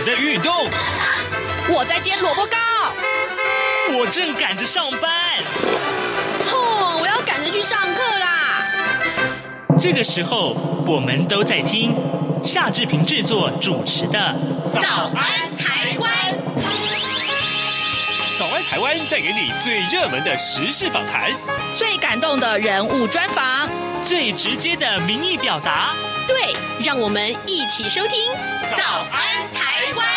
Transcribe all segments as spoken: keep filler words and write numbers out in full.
在运动， 我在煎萝卜糕， 我正赶着上班。 哦，我要赶着去上课啦。 这个时候，我们都在听夏志平制作主持的《 早安台湾》。 早安台湾带给你最热门的时事访谈， 最感动的人物专访， 最直接的民意表达。 对，让我们一起收听《早安台湾》。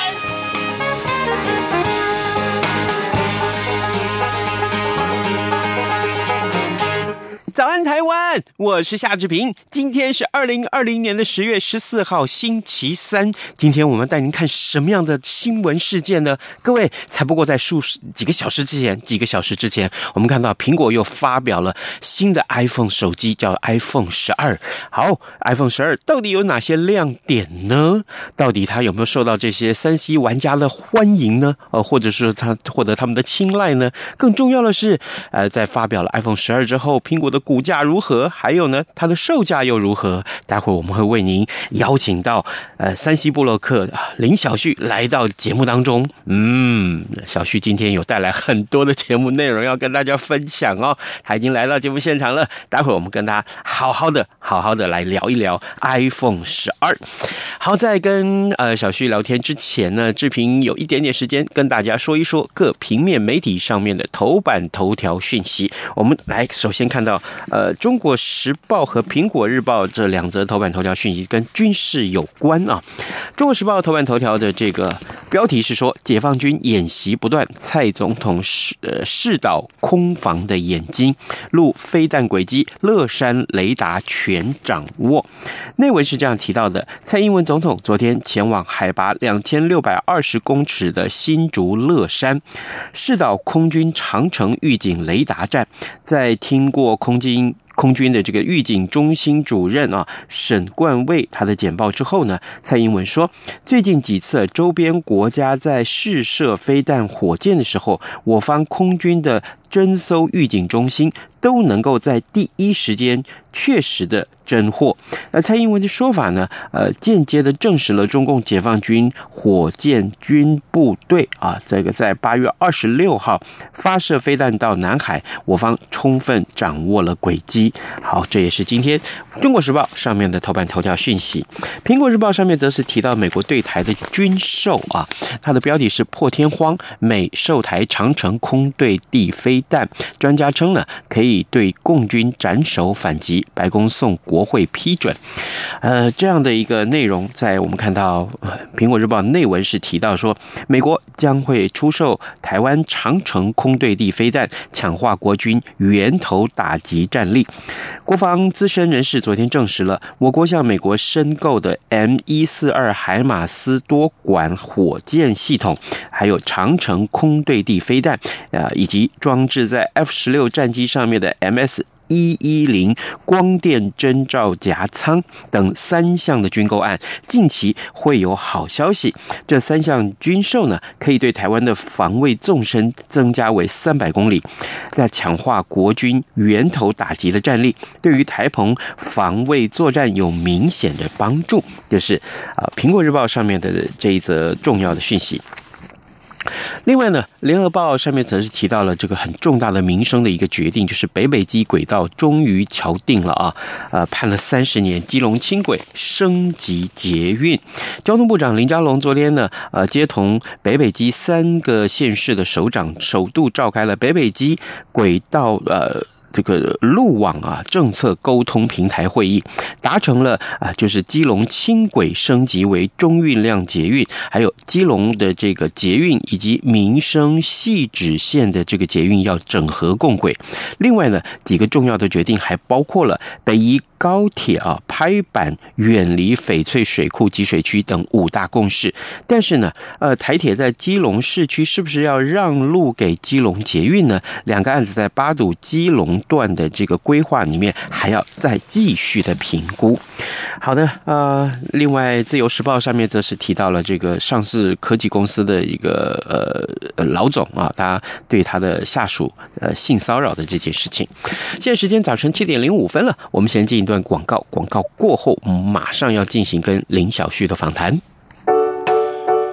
早安台湾，我是夏志平。今天是二零二零年的十月十四号，星期三。今天我们带您看什么样的新闻事件呢？各位，才不过在数几个小时之前，几个小时之前，我们看到苹果又发表了新的 iPhone 手机，叫 iPhone 十二。好 ，iPhone 十二到底有哪些亮点呢？到底它有没有受到这些 三 C 玩家的欢迎呢？呃，或者是它获得他们的青睐呢？更重要的是，呃，在发表了 iPhone 十二之后，苹果的股价如何？还有呢，它的售价又如何？待会儿我们会为您邀请到呃三 C 部落客林小旭来到节目当中。嗯，小旭今天有带来很多的节目内容要跟大家分享哦。他已经来到节目现场了，待会儿我们跟他好好的、好好的来聊一聊 iPhone 十二。好，在跟呃小旭聊天之前呢，志平有一点点时间跟大家说一说各平面媒体上面的头版头条讯息。我们来首先看到。呃，《中国时报》和《苹果日报》这两则头版头条讯息跟军事有关啊。《中国时报》头版头条的这个标题是说，解放军演习不断，蔡总统呃试导空防的眼睛，录飞弹轨迹，乐山雷达全掌握。内文是这样提到的：蔡英文总统昨天前往海拔两千六百二十公尺的新竹乐山，试导空军长程预警雷达站，在听过空军空军的这个预警中心主任啊沈冠卫他的简报之后呢，蔡英文说，最近几次周边国家在试射飞弹火箭的时候，我方空军的侦搜预警中心都能够在第一时间确实的侦获。而蔡英文的说法呢，呃，间接的证实了中共解放军火箭军部队啊，这个在八月二十六号发射飞弹到南海，我方充分掌握了轨迹。好，这也是今天《中国时报》上面的头版头条讯息。《苹果日报》上面则是提到美国对台的军售啊，它的标题是破天荒，美售台长程空对地飞弹，专家称呢可以对共军斩首反击，白宫送国会批准。呃，这样的一个内容，在我们看到《苹果日报》内文是提到说，美国将会出售台湾长程空对地飞弹，强化国军源头打击战力。国防资深人士昨天证实了，我国向美国申购的 M 一四二 海马斯多管火箭系统，还有长程空对地飞弹，呃，以及装置在 F 十六 战机上面的 M S一一零光电侦照夹舱等三项的军购案，近期会有好消息。这三项军售呢，可以对台湾的防卫纵深增加为三百公里，在强化国军源头打击的战力，对于台澎防卫作战有明显的帮助。就是啊，《苹果日报》上面的这一则重要的讯息。另外呢，联合报上面则是提到了这个很重大的民生的一个决定，就是北北基轨道终于敲定了啊，呃，判了三十年，基隆轻轨升级捷运。交通部长林佳龙昨天呢，呃，接同北北基三个县市的首长，首度召开了北北基轨道呃。这个路网啊政策沟通平台会议，达成了啊，就是基隆轻轨升级为中运量捷运，还有基隆的这个捷运以及民生汐止线的这个捷运要整合共轨。另外呢，几个重要的决定还包括了北宜高铁啊拍板远离翡翠水库集水区等五大共识。但是呢，呃，台铁在基隆市区是不是要让路给基隆捷运呢？两个案子在八堵基隆段的这个规划里面还要再继续的评估。好的，呃，另外自由时报上面则是提到了这个上市科技公司的一个呃老总啊，他对他的下属呃性骚扰的这件事情。现在时间早晨七点零五分了，我们先进一段广告，广告过后马上要进行跟林小旭的访谈。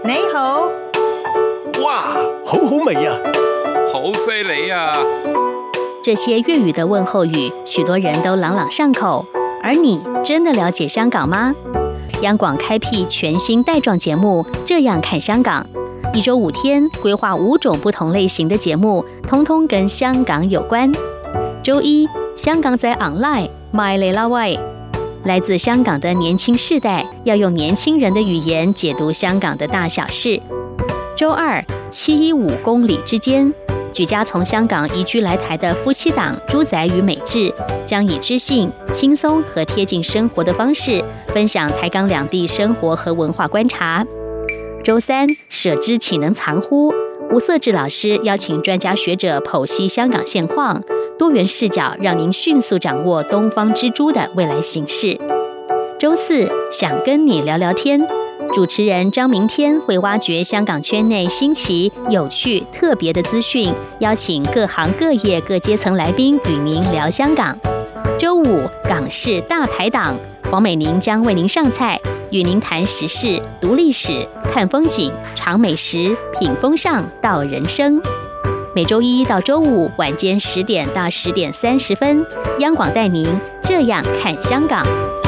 你好， 哇，好好味啊， 好犀利啊！ 这些粤语的问候语，许多人都朗朗上口。而你真的了解香港吗？央广开辟全新带状节目《这样看香港》，一周五天，规划五种不同类型的节目，通通跟香港有关。周一，香港在 online 買嚟啦喂，来自香港的年轻世代要用年轻人的语言解读香港的大小事。周二，七一五公里之间，举家从香港移居来台的夫妻档朱仔与美智，将以知性、轻松和贴近生活的方式，分享台港两地生活和文化观察。周三，舍之岂能藏乎？吴色志老师邀请专家学者剖析香港现况，多元视角让您迅速掌握东方之珠的未来形势。周四，想跟你聊聊天，主持人张明天会挖掘香港圈内新奇、有趣、特别的资讯，邀请各行各业各阶层来宾与您聊香港。周五，港式大排档，黄美玲将为您上菜，与您谈时事、读历史、看风景、尝美食、品风尚到人生。每周一到周五晚间十点到十点三十分，央广带您这样看香港。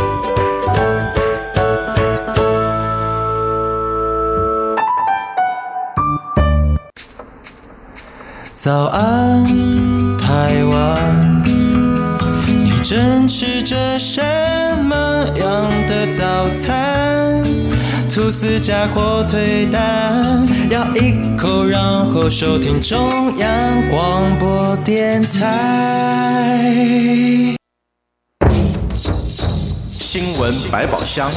早安，台湾，你正吃着什么样的早餐？吐司加火腿蛋，咬一口，然后收听中央广播电台。 新闻百宝箱。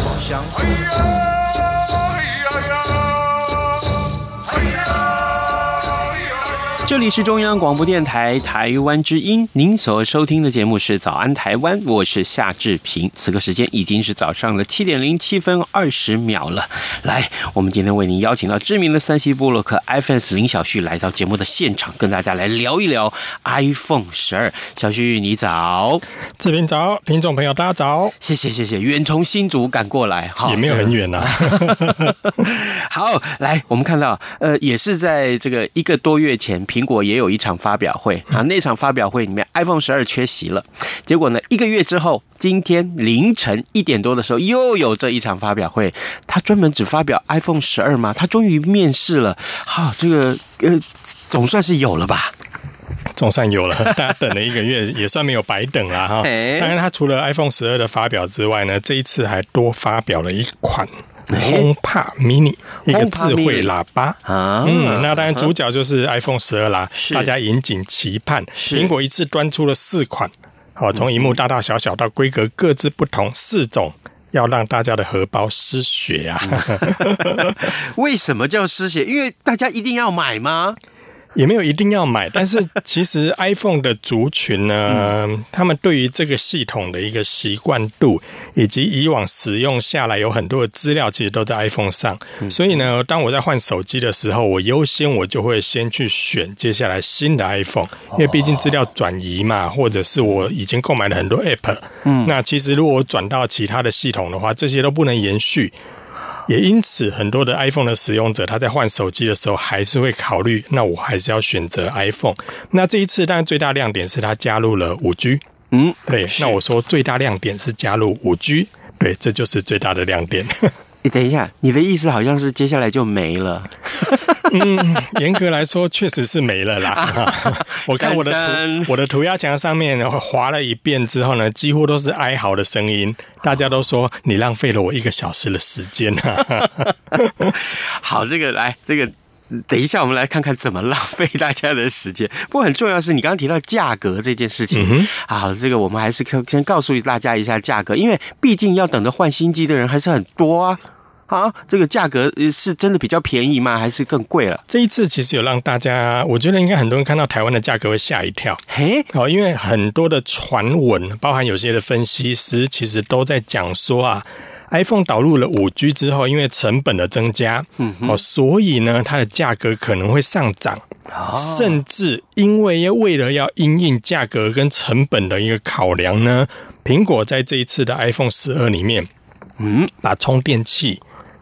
这里是中央广播电台台湾之音，您所收听的节目是早安台湾，我是夏志平。此刻时间已经是早上的七点零七分二十秒了。来，我们今天为您邀请到知名的三 C 部落客 iPhone 林小旭来到节目的现场，跟大家来聊一聊 iPhone 十二。小旭你早。 志平早，听众朋友大家早。 谢谢谢谢，远从新竹赶过来， 也没有很远啊。 好，来，我们看到，呃，也是在这个一个多月前，苹果也有一场发表会啊，那场发表会里面 iPhone 十二缺席了。结果呢，一个月之后，今天凌晨一点多的时候，又有这一场发表会。他专门只发表 iPhone 十二吗？他终于面世了。好，这个呃，总算是有了吧。 总算有了，大家等了一个月，也算没有白等啦哈。当然，他除了 iPhone 十二的发表之外呢，这一次还多发表了一款 HomePod Mini 一个智慧喇叭啊。嗯，那当然主角就是 iPhone 十二啦，大家引颈期盼。苹果一次端出了四款，好，从萤幕大大小小到规格各自不同，四种。要让大家的荷包失血啊！ 为什么叫失血？因为大家一定要买吗？ 也没有一定要买，但是其实 iPhone 的族群呢，嗯、他们对于这个系统的一个习惯度，以及以往使用下来有很多的资料，其实都在 iPhone 上。嗯、所以呢，当我在换手机的时候，我优先我就会先去选接下来新的 iPhone， 因为毕竟资料转移嘛，或者是我已经购买了很多 App，嗯、那其实如果我转到其他的系统的话，这些都不能延续。也因此，很多的 iPhone 的使用者，他在换手机的时候，还是会考虑，那我还是要选择 iPhone。那这一次，当然最大亮点是它加入了 五 G。嗯，对。那我说最大亮点是加入 五 G， 对，这就是最大的亮点。 你等一下，你的意思好像是接下来就没了。 嗯，严格来说确实是没了啦。我看我的图，我的涂鸦墙上面滑了一遍之后呢，几乎都是哀嚎的声音，大家都说你浪费了我一个小时的时间啊。 好，这个来，这个等一下我们来看看怎么浪费大家的时间。不过很重要的是，你刚刚提到价格这件事情，嗯、好，这个我们还是先告诉大家一下价格，因为毕竟要等着换新机的人还是很多啊。好，这个价格是真的比较便宜吗？还是更贵了？ 这一次其实有让大家，我觉得应该很多人看到台湾的价格会吓一跳。嘿，好，因为很多的传闻，包含有些的分析师，其实都在讲说啊 ，iPhone 导入了 五 G 之后，因为成本的增加，嗯，哦，所以呢，它的价格可能会上涨。哦、甚至因为为了要因应价格跟成本的一个考量呢，苹果在这一次的 iPhone 十二里面，嗯，把充电器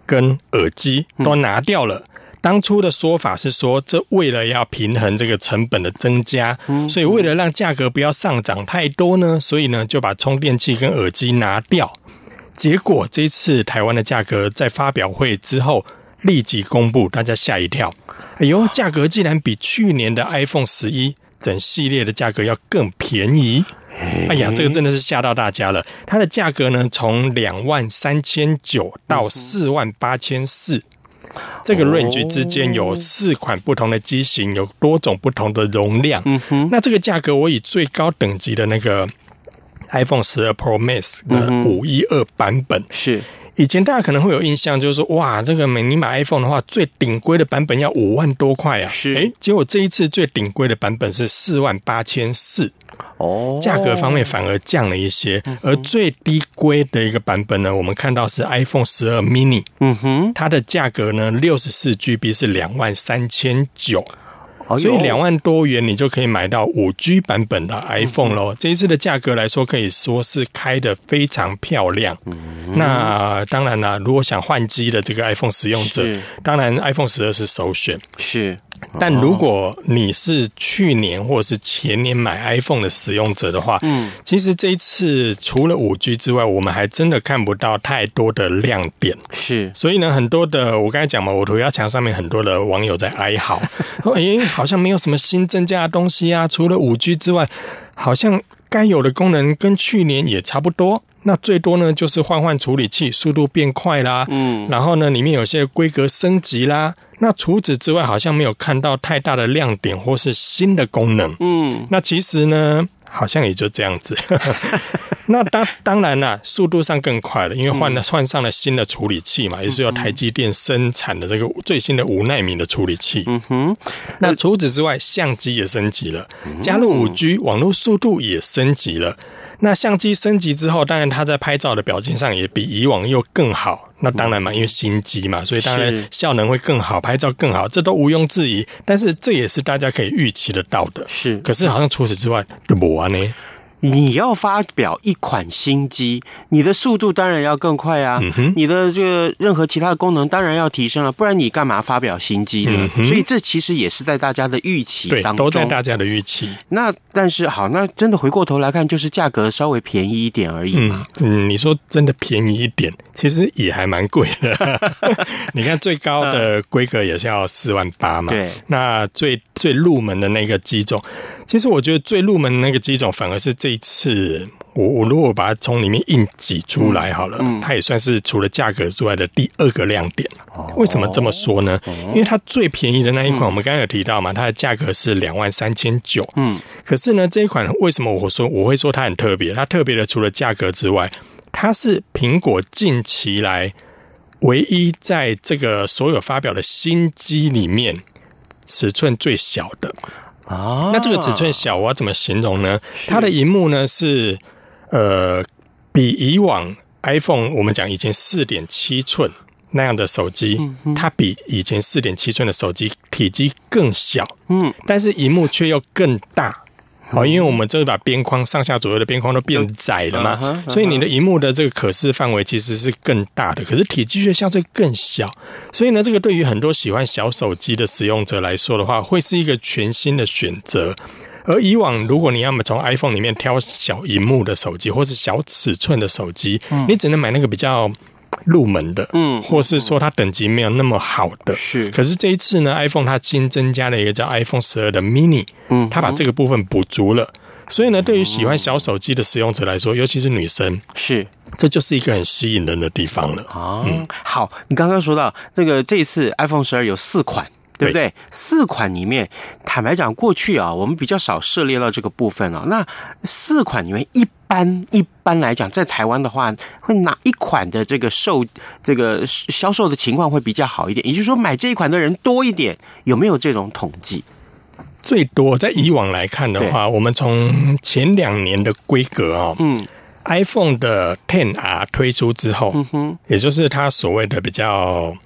跟耳机都拿掉了。嗯，当初的说法是说，这为了要平衡这个成本的增加，所以为了让价格不要上涨太多呢，所以呢就把充电器跟耳机拿掉。结果这一次台湾的价格在发表会之后立即公布，大家吓一跳，哎呦，价格竟然比去年的 iPhone 十一整系列的价格要更便宜。哎呀，这个真的是吓到大家了。它的价格呢，从两万三千九到四万八千四。这个 range 之间有四款不同的机型，有多种不同的容量。嗯哼，那这个价格我以最高等级的那个 iPhone 十二 Pro Max 的五一二版本，是以前大家可能会有印象，就是说哇，这个你买 iPhone 的话，最顶规的版本要五万多块啊。是，哎，结果这一次最顶规的版本是四万八千四。哦，价格方面反而降了一些，嗯，而最低规的一个版本呢，我们看到是 iPhone 十二 mini， 嗯哼，它的价格呢 六十四 G B 是两万三千九。所以两万多元你就可以买到 五 G 版本的 iPhone 咯。嗯，这一次的价格来说可以说是开得非常漂亮。嗯，那当然啦，如果想换机的这个 iPhone 使用者，当然 iPhone 十二是首选。是，但如果你是去年或者是前年买 iPhone 的使用者的话，嗯，其实这一次除了 五 G 之外，我们还真的看不到太多的亮点。是，所以呢，很多的我刚才讲嘛，我涂鸦墙上面很多的网友在哀嚎，说诶，好像没有什么新增加的东西啊，除了 五 G 之外，好像该有的功能跟去年也差不多。那最多呢就是换换处理器，速度变快啦，嗯，然后呢里面有些规格升级啦。那除此之外，好像没有看到太大的亮点或是新的功能。嗯，那其实呢，好像也就这样子。那当当然啦，速度上更快了，因为换了换上了新的处理器嘛，也是由台积电生产的这个最新的五奈米的处理器。嗯哼。那除此之外，相机也升级了，加入 五 G， 网络速度也升级了。那相机升级之后，当然它在拍照的表现上也比以往又更好。那当然嘛，因为新机嘛，所以当然效能会更好，拍照更好，这都毋庸置疑。但是这也是大家可以预期得到的。是，可是好像除此之外就没完呢。 你要发表一款新机，你的速度当然要更快啊，嗯，你的这个任何其他的功能当然要提升了，不然你干嘛发表新机呢？嗯，所以这其实也是在大家的预期当中，对， 都在大家的预期。 那但是好，那真的回过头来看，就是价格稍微便宜一点而已嘛。 嗯，你说真的便宜一点，其实也还蛮贵的。你看最高的规格也是要四万八嘛，对。那最最入门的那个机种，其实我觉得最入门的那个机种反而是这一次我我如果把它从里面硬挤出来好了，嗯嗯，它也算是除了价格之外的第二个亮点。哦，为什么这么说呢？哦，因为它最便宜的那一款，嗯，我们刚刚有提到嘛，它的价格是两万三千九。嗯，可是呢，这一款为什么我说我会说它很特别？它特别的除了价格之外，它是苹果近期来唯一在这个所有发表的新机里面尺寸最小的。啊，那这个尺寸小，我要怎么形容呢？它的萤幕呢是呃比以往 iPhone 我们讲以前 四点七 寸那样的手机，嗯，它比以前 四点七 寸的手机体积更小，嗯，但是萤幕却又更大。哦，因为我们就是把边框上下左右的边框都变窄了嘛，嗯，所以你的萤幕的这个可视范围其实是更大的，可是体积却相对更小。所以呢，这个对于很多喜欢小手机的使用者来说的话，会是一个全新的选择。而以往如果你要么从 iPhone 里面挑小萤幕的手机或是小尺寸的手机，嗯，你只能买那个比较入门的，嗯，或是说它等级没有那么好的，是。可是这一次呢 ，iPhone 它新增加了一个叫 iPhone 十二的 mini， 嗯，它把这个部分补足了。所以呢，对于喜欢小手机的使用者来说，尤其是女生，是，这就是一个很吸引人的地方了。啊， 嗯，好，你刚刚说到这个，这一次 iPhone 十二有四款。对不对？四款里面，坦白讲，过去啊，我们比较少涉猎到这个部分啊。那四款里面，一般一般来讲，在台湾的话，会哪一款的这个售这个销售的情况会比较好一点？也就是说，买这一款的人多一点，有没有这种统计？ 最多在以往来看的话，我们从前两年的规格哦，嗯 ，iPhone 的 X R 推出之后，嗯哼，也就是它所谓的比较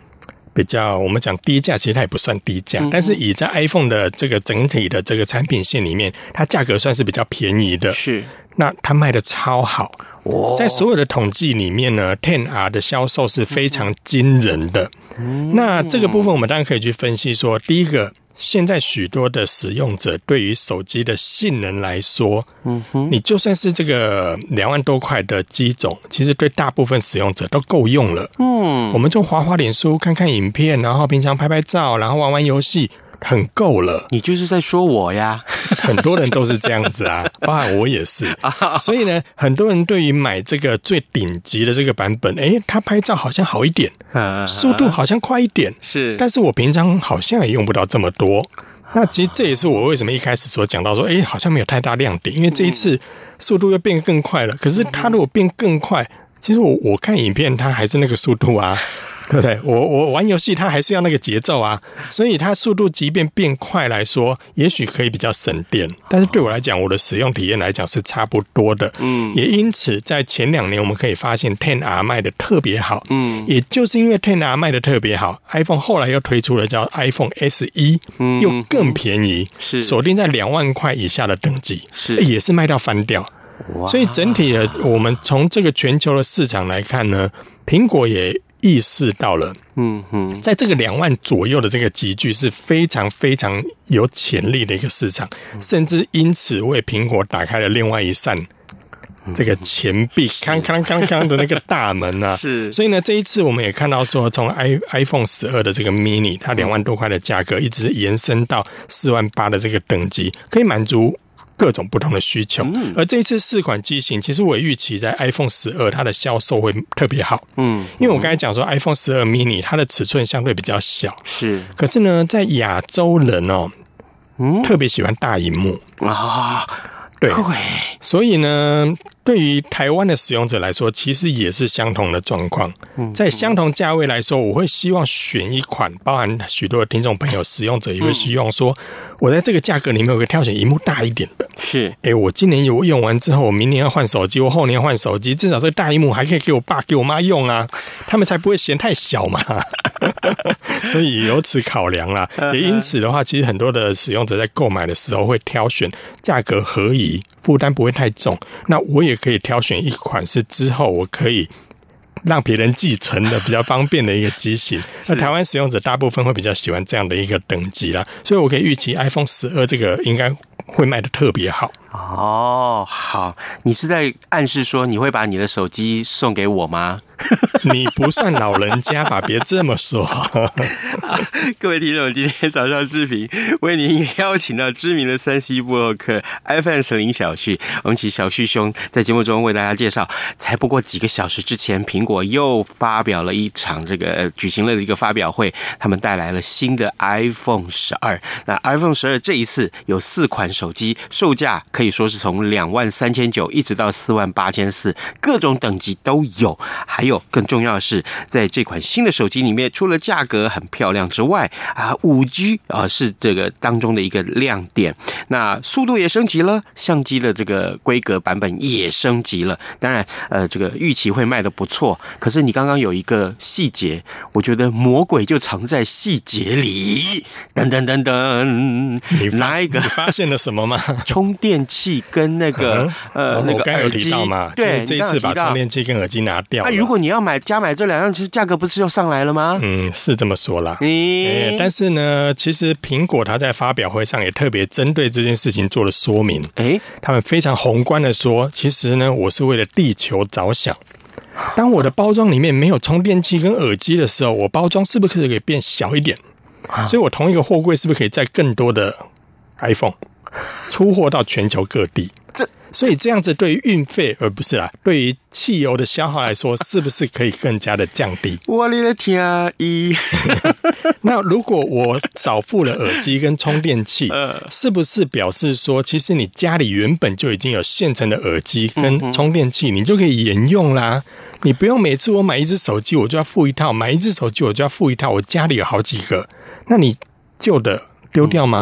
比较我们讲低价，其实它也不算低价，嗯、但是以在 iPhone 的这个整体的这个产品线里面，它价格算是比较便宜的。 是， 那它卖的超好，哦、在所有的统计里面呢 ，X R 的销售是非常惊人的。嗯、那这个部分我们当然可以去分析说，第一个。现在许多的使用者对于手机的性能来说，嗯哼，你就算是这个两万多块的机种，其实对大部分使用者都够用了。嗯，我们就滑滑脸书、看看影片，然后平常拍拍照，然后玩玩游戏，很够了。 你就是在说我呀？ 很多人都是这样子啊，包含我也是。所以呢，很多人对于买这个最顶级的这个版本，哎，他拍照好像好一点，速度好像快一点， 是， 但是我平常好像也用不到这么多。那其实这也是我为什么一开始所讲到说，哎，好像没有太大亮点，因为这一次速度又变更快了。可是它如果变更快，其实我我看影片它还是那个速度啊。对不对？我我玩游戏，它还是要那个节奏啊，所以它速度即便变快来说，也许可以比较省电，但是对我来讲，我的使用体验来讲是差不多的。嗯，也因此在前两年我们可以发现 X R 卖的特别好。嗯，也就是因为 X R 卖的特别好 ，iPhone 后来又推出了叫 iPhone S E， 又更便宜，是锁定在两万块以下的等级，是也是卖到翻掉。所以整体的，我们从这个全球的市场来看呢，苹果也意识到了，嗯哼，在这个两万左右的这个集聚是非常非常有潜力的一个市场，甚至因此为苹果打开了另外一扇这个钱币锵锵锵锵的那个大门啊！是，所以呢，这一次我们也看到说，从 iPhone 十二的这个 mini， 它两万多块的价格，一直延伸到四万八的这个等级，可以满足各种不同的需求，嗯、而这一次四款机型，其实我预期在 iPhone 十二它的销售会特别好，嗯，因为我刚才讲说 iPhone 十二 mini 它的尺寸相对比较小，是，可是呢，在亚洲人哦，嗯，特别喜欢大萤幕啊，对，所以呢，对于台湾的使用者来说，其实也是相同的状况。在相同价位来说，我会希望选一款，包含许多的听众朋友、使用者也会希望说，我在这个价格里面，我可以挑选萤幕大一点的。是，哎、欸，我今年有用完之后，我明年要换手机，我后年换手机，至少这个大萤幕还可以给我爸、给我妈用啊，他们才不会嫌太小嘛。所以由此考量啦，也因此的话，其实很多的使用者在购买的时候会挑选价格合宜、负担不会太重。那我也可以挑选一款是之后我可以让别人继承的比较方便的一个机型。那台湾使用者大部分会比较喜欢这样的一个等级啦，所以我可以预期 iPhone 十二这个应该会卖得特别好。 哦，好，你是在暗示说你会把你的手机送给我吗？ 你不算老人家吧，别这么说。 各位听众，今天早上志平为您邀请到知名的三 C 部落客 iFans 林小旭，我们请小旭兄在节目中为大家介绍，才不过几个小时之前，苹果又发表了一场这个、呃、举行了一个发表会，他们带来了新的 iPhone 十二。那 iPhone 十二这一次有四款手机，售价可以说是从两万三千九一直到四万八千四，各种等级都有。还有更重要的是，在这款新的手机里面，除了价格很漂亮之外啊 ，五 G 啊是这个当中的一个亮点。那速度也升级了，相机的这个规格版本也升级了。当然，呃，这个预期会卖得不错。可是你刚刚有一个细节，我觉得魔鬼就藏在细节里。噔噔噔噔， 你哪一个？ 你发现了什么吗？ 充电器跟那个、嗯、呃那个耳机， 对，这一次把充电器跟耳机拿掉了。 啊，如果你要买加买这两样，其实价格不是就上来了吗？ 嗯，是这么说啦。嗯、欸，但是呢，其实苹果它在发表会上也特别针对这件事情做了说明。哎、欸，他们非常宏观的说，其实呢，我是为了地球着想。当我的包装里面没有充电器跟耳机的时候，我包装是不是可以变小一点？所以我同一个货柜是不是可以载更多的 iPhone 出货到全球各地？这所以这样子对于运费，而不是啦，对于汽油的消耗来说，是不是可以更加的降低？ 我的天啊！一那如果我少付了耳机跟充电器，是不是表示说，其实你家里原本就已经有现成的耳机跟充电器，你就可以沿用啦？你不用每次我买一只手机我就要付一套，买一只手机我就要付一套，我家里有好几个，那你旧的丢掉吗？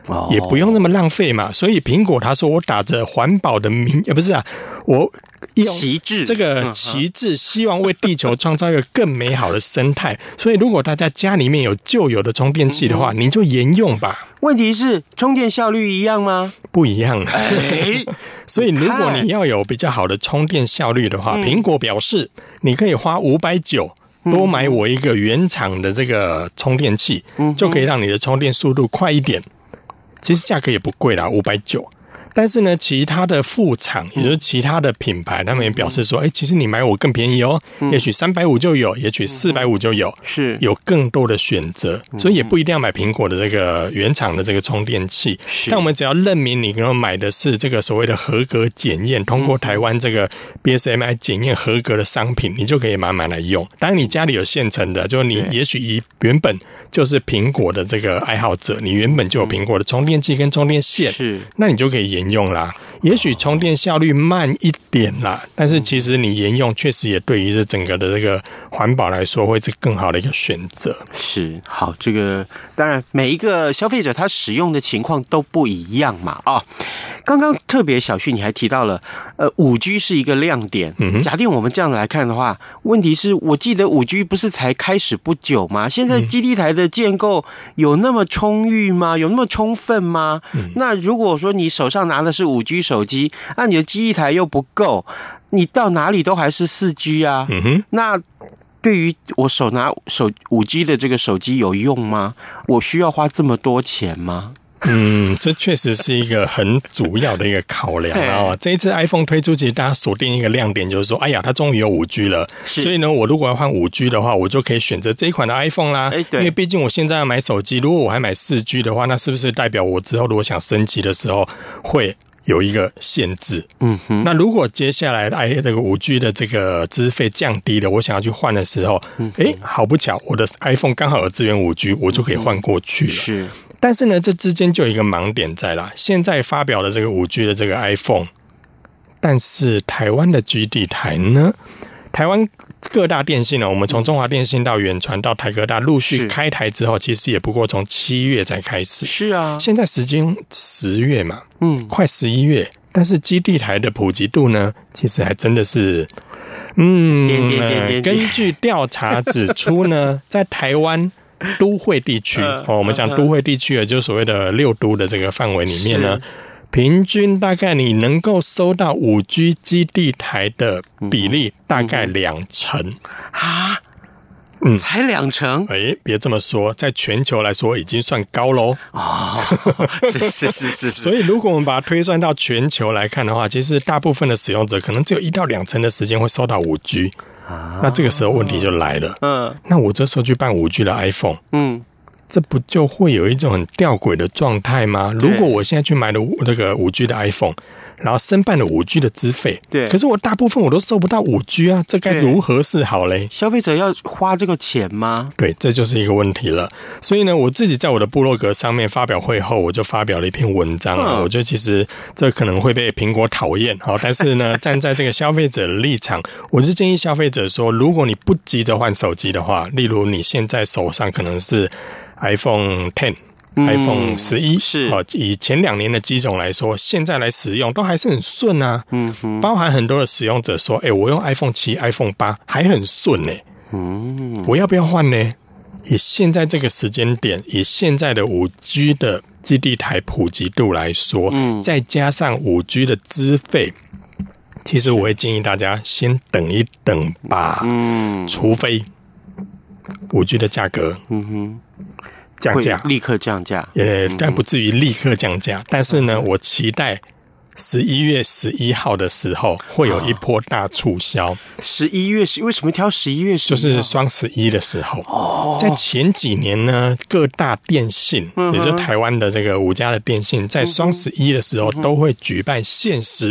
哦、也不用那么浪费嘛。所以苹果他说我打着环保的名，呃不是啊，我用旗帜这个旗帜，希望为地球创造一个更美好的生态。所以如果大家家里面有旧有的充电器的话，嗯、你就沿用吧。 问题是充电效率一样吗？ 不一样。哎，所以如果你要有比较好的充电效率的话，嗯、苹果表示你可以花五百九十多买我一个原厂的这个充电器，嗯、就可以让你的充电速度快一点。其实价格也不贵啦，五百九十。但是呢，其他的副厂，也就是其他的品牌，他们也表示说，哎、欸，其实你买我更便宜哦，嗯、也许三百五就有，也许四百五就有，是有更多的选择，所以也不一定要买苹果的这个原厂的这个充电器。但我们只要认明你可能买的是这个所谓的合格检验，通过台湾这个 B S M I 检验合格的商品，你就可以慢慢来用。当然，你家里有现成的，就是你也许以原本就是苹果的这个爱好者，你原本就有苹果的充电器跟充电线，是，那你就可以沿用啦。也许充电效率慢一点啦，但是其实你沿用确实也对于这整个的这个环保来说会是更好的一个选择。 是，好，这个当然每一个消费者他使用的情况都不一样嘛啊、哦。刚刚特别小旭你还提到了，呃，五 G 是一个亮点。嗯，假定我们这样来看的话，问题是我记得五 G 不是才开始不久吗？现在基地台的建构有那么充裕吗？有那么充分吗？嗯、那如果说你手上拿的是五 G 手机，那你的基地台又不够，你到哪里都还是四 G 啊。嗯哼，那对于我手拿手五 G 的这个手机有用吗？我需要花这么多钱吗？ 嗯，这确实是一个很主要的一个考量啊。这一次 iPhone 推出，其实大家锁定一个亮点，就是说，哎呀，它终于有 五 G 了，所以呢，我如果要换 五 G 的话，我就可以选择这一款的 iPhone 啦。因为毕竟我现在要买手机，如果我还买 四 G 的话，那是不是代表我之后如果想升级的时候会有一个限制？嗯哼。那如果接下来哎这个 五 G 的这个资费降低了，我想要去换的时候，哎，好不巧，我的 iPhone 刚好有支援 五 G， 我就可以换过去了。是。但是呢，这之间就有一个盲点在啦。现在发表的这个 五 G 的这个 iPhone， 但是台湾的基地台呢？台湾各大电信呢，我们从中华电信到远传到台科大陆续开台之后，其实也不过从七月才开始。是啊，现在时间十月嘛，嗯，快十一月，但是基地台的普及度呢，其实还真的是，嗯，点点点点点根据调查指出呢，在台湾都会地区、呃哦、我们讲都会地区，也就是所谓的六都的这个范围里面呢，平均大概你能够收到 五 G 基地台的比例大概两成啊。 嗯，才两成？ 哎，别这么说，在全球来说已经算高喽。哦， 是是是是。 所以，如果我们把它推算到全球来看的话，其实大部分的使用者可能只有一到两成的时间会收到 五 G。啊，那这个时候问题就来了。嗯，那我这时候去办 五 G 的 iPhone， 嗯，这不就会有一种很吊诡的状态吗？如果我现在去买了这个 五 G 的 iPhone， 然后申办了 五 G 的资费，对，可是我大部分我都收不到 五 G 啊，这该如何是好嘞？ 消费者要花这个钱吗？ 对，这就是一个问题了。所以呢，我自己在我的部落格上面发表会后，我就发表了一篇文章啊。嗯、我觉得其实这可能会被苹果讨厌，好，但是呢，站在这个消费者的立场，我是建议消费者说，如果你不急着换手机的话，例如你现在手上可能是 iPhone X。iPhone 十一、嗯、是、哦、以前两年的机种来说，现在来使用都还是很顺啊。嗯哼，包含很多的使用者说，哎、欸，我用 iPhone 七、iPhone 八还很顺呢。嗯，我要不要换呢？以现在这个时间点，以现在的 五 G 的基地台普及度来说，嗯，再加上 五 G 的资费，其实我会建议大家先等一等吧。嗯，除非 五 G 的价格，嗯哼。降价， 立刻降价， 也但不至于立刻降价。嗯、但是呢，我期待十一月十一号的时候会有一波大促销。 十一月十为什么挑十一月十一号？ 就是双十一的时候。哦，在前几年呢，各大电信，嗯、也就是台湾的这个五家的电信，在双十一的时候都会举办限时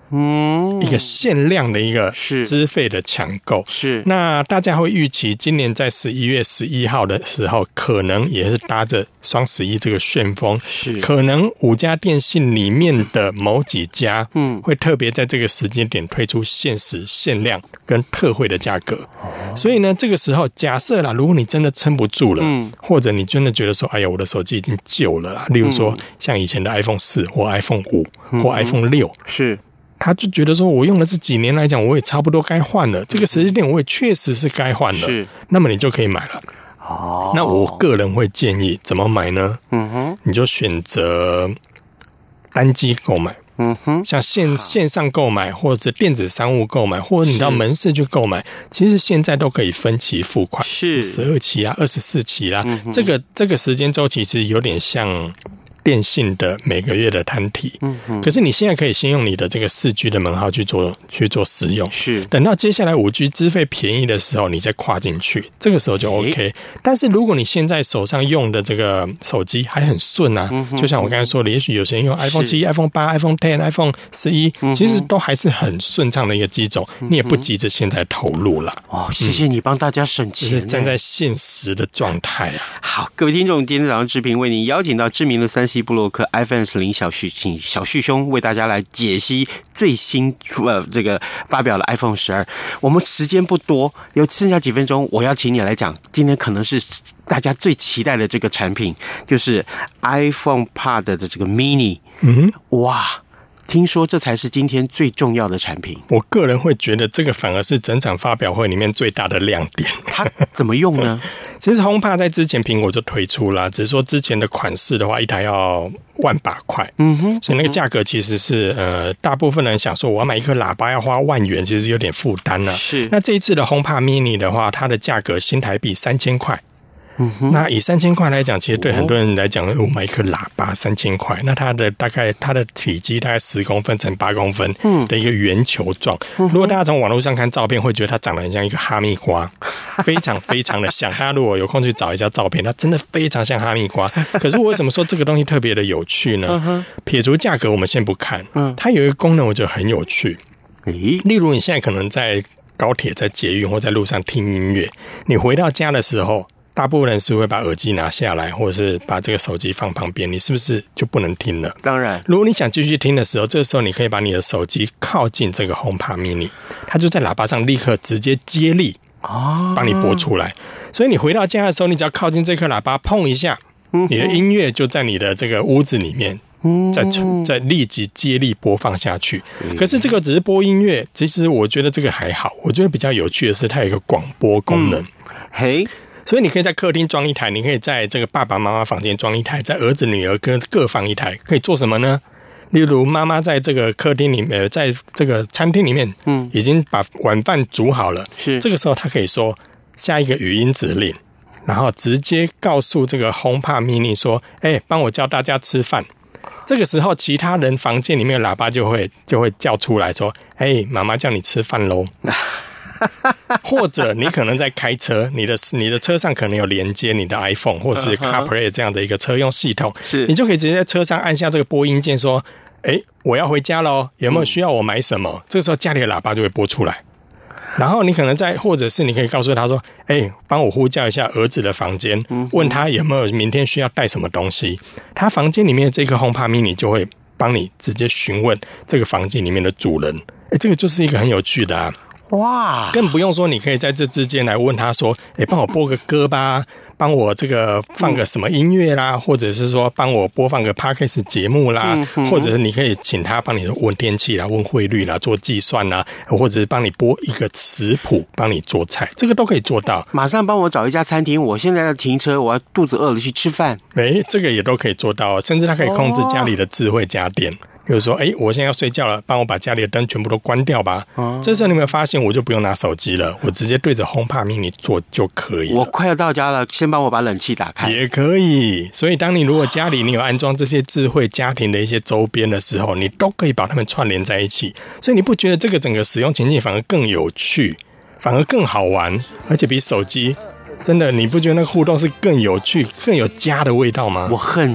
嗯，一个限量的一个资费的抢购。 是， 那大家会预期今年在十一月十一号的时候，可能也是搭着双十一这个旋风， 是， 可能五家电信里面的某几家，嗯，会特别在这个时间点推出限时、限量跟特惠的价格。哦、所以呢，这个时候假设啦，如果你真的撑不住了，嗯，或者你真的觉得说，哎呀，我的手机已经旧了啦，例如说、嗯、像以前的 iPhone 四或 iPhone 五、嗯、或 iPhone 六， 是。 他就觉得说，我用了这几年来讲，我也差不多该换了。这个时间点，我也确实是该换了。是，那么你就可以买了。哦，那我个人会建议怎么买呢？嗯哼，你就选择单机购买。嗯哼，像线线上购买，或者电子商务购买，或者你到门市去购买，其实现在都可以分期付款， 是十二期啊、二十四期啦。嗯、这个这个时间周期其实有点像电信的每个月的摊提，嗯嗯，可是你现在可以先用你的这个四 G 的门号去做去做使用，是等到接下来五 G 资费便宜的时候，你再跨进去，这个时候就 OK。欸、但是如果你现在手上用的这个手机还很顺啊，嗯、就像我刚才说的，也许有些人用 iPhone 七、iPhone 八、iPhone ten、iPhone 十一，其实都还是很顺畅的一个机种，嗯、你也不急着现在投入了。 哦，谢谢你帮大家省钱， 就是站在现实的状态啊。 好，各位听众，今天早上志平为您邀请到知名的三 C 部落客 iPhone 十零小旭，请小旭兄为大家来解析最新呃这个发表的 iPhone 十二。我们时间不多，有剩下几分钟，我要请你来讲，今天可能是大家最期待的这个产品，就是 iPhone Pad 的这个 Mini。嗯，哇！听说这才是今天最重要的产品。 我个人会觉得这个反而是整场发表会里面最大的亮点。 它怎么用呢？ 其实 HomePod 在之前苹果就推出了，只是说之前的款式的话，一台要万把块。嗯哼，所以那个价格其实是呃，大部分人想说我要买一颗喇叭要花万元，其实有点负担了。是。那这一次的 HomePod Mini 的话，它的价格新台币三千块。嗯、那以三千块来讲，其实对很多人来讲，我买一颗喇叭三千块，那它的大概它的体积大概十公分乘八公分的一个圆球状。嗯、如果大家从网络上看照片，会觉得它长得很像一个哈密瓜，非常非常的像。大家如果有空去找一下照片，它真的非常像哈密瓜。可是我为什么说这个东西特别的有趣呢？嗯、撇除价格我们先不看，它有一个功能我觉得很有趣。例如你现在可能在高铁、在捷运或在路上听音乐，你回到家的时候，大部分人是会把耳机拿下来，或者是把这个手机放旁边，你是不是就不能听了？ 当然， 如果你想继续听的时候，这时候你可以把你的手机靠近这个 HomePod Mini， 它就在喇叭上立刻直接接力帮你播出来。所以你回到家的时候，你只要靠近这颗喇叭碰一下，你的音乐就在你的这个屋子里面再再立即接力播放下去。可是这个只是播音乐，其实我觉得这个还好。我觉得比较有趣的是它有一个广播功能。 嘿、嗯。 所以你可以在客厅装一台，你可以在这个爸爸妈妈房间装一台，在儿子女儿各各放一台，可以做什么呢？例如妈妈在这个客厅里面，在这个餐厅里面，嗯，已经把晚饭煮好了，是这个时候他可以说下一个语音指令，然后直接告诉这个 HomePod Mini 说，哎、欸，帮我叫大家吃饭。这个时候，其他人房间里面的喇叭就会就会叫出来说，哎、欸，妈妈叫你吃饭喽。或者你可能在开车，你的你的车上可能有连接你的 iPhone 或是 CarPlay 这样的一个车用系统，是你就可以直接在车上按下这个播音键，说：“哎，我要回家喽，有没有需要我买什么？”嗯、这个时候家里的喇叭就会播出来。然后你可能在，或者是你可以告诉他说：“哎，帮我呼叫一下儿子的房间，问他有没有明天需要带什么东西。”他房间里面的这个 HomePod Mini 就会帮你直接询问这个房间里面的主人。哎，这个就是一个很有趣的啊。哇，更不用说，你可以在这之间来问他说：“哎、欸，帮我播个歌吧，帮我这个放个什么音乐啦，嗯、或者是说帮我播放个 Podcast 节目啦，嗯、或者是你可以请他帮你问天气啦、问汇率啦、做计算啦，或者是帮你播一个食谱，帮你做菜，这个都可以做到。 马上帮我找一家餐厅，我现在要停车，我要肚子饿了去吃饭。 哎、欸，这个也都可以做到，甚至它可以控制家里的智慧家电。哦，比如说，哎、欸，我现在要睡觉了，帮我把家里的灯全部都关掉吧。哦、这时候你有没有发现，我就不用拿手机了，我直接对着 HomePod Mini 做就可以了。 我快要到家了，先帮我把冷气打开。 也可以。所以，当你如果家里你有安装这些智慧家庭的一些周边的时候，你都可以把它们串联在一起。所以，你不觉得这个整个使用情境反而更有趣，反而更好玩，而且比手机真的，你不觉得那个互动是更有趣、更有家的味道吗？ 我恨你。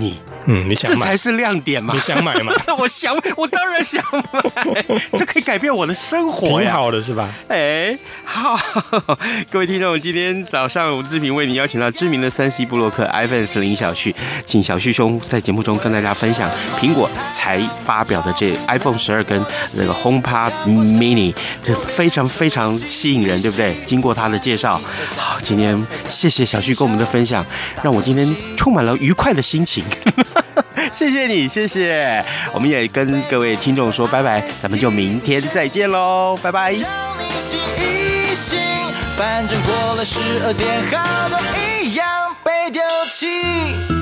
嗯，你想买， 这才是亮点嘛！ 你想买吗？ 我想，我当然想买，这可以改变我的生活呀！ 挺好的是吧？ 哎，好，各位听众，今天早上志平为您邀请到知名的三 C 部落客 iPhone 林小旭，请小旭兄在节目中跟大家分享苹果才发表的这 iPhone 十二跟那个 HomePod Mini， 这非常非常吸引人，对不对？经过他的介绍，好，今天谢谢小旭跟我们的分享，让我今天充满了愉快的心情。谢谢你，谢谢。我们也跟各位听众说拜拜，咱们就明天再见喽，拜拜。 反正过了十二点，好多一样被丢弃。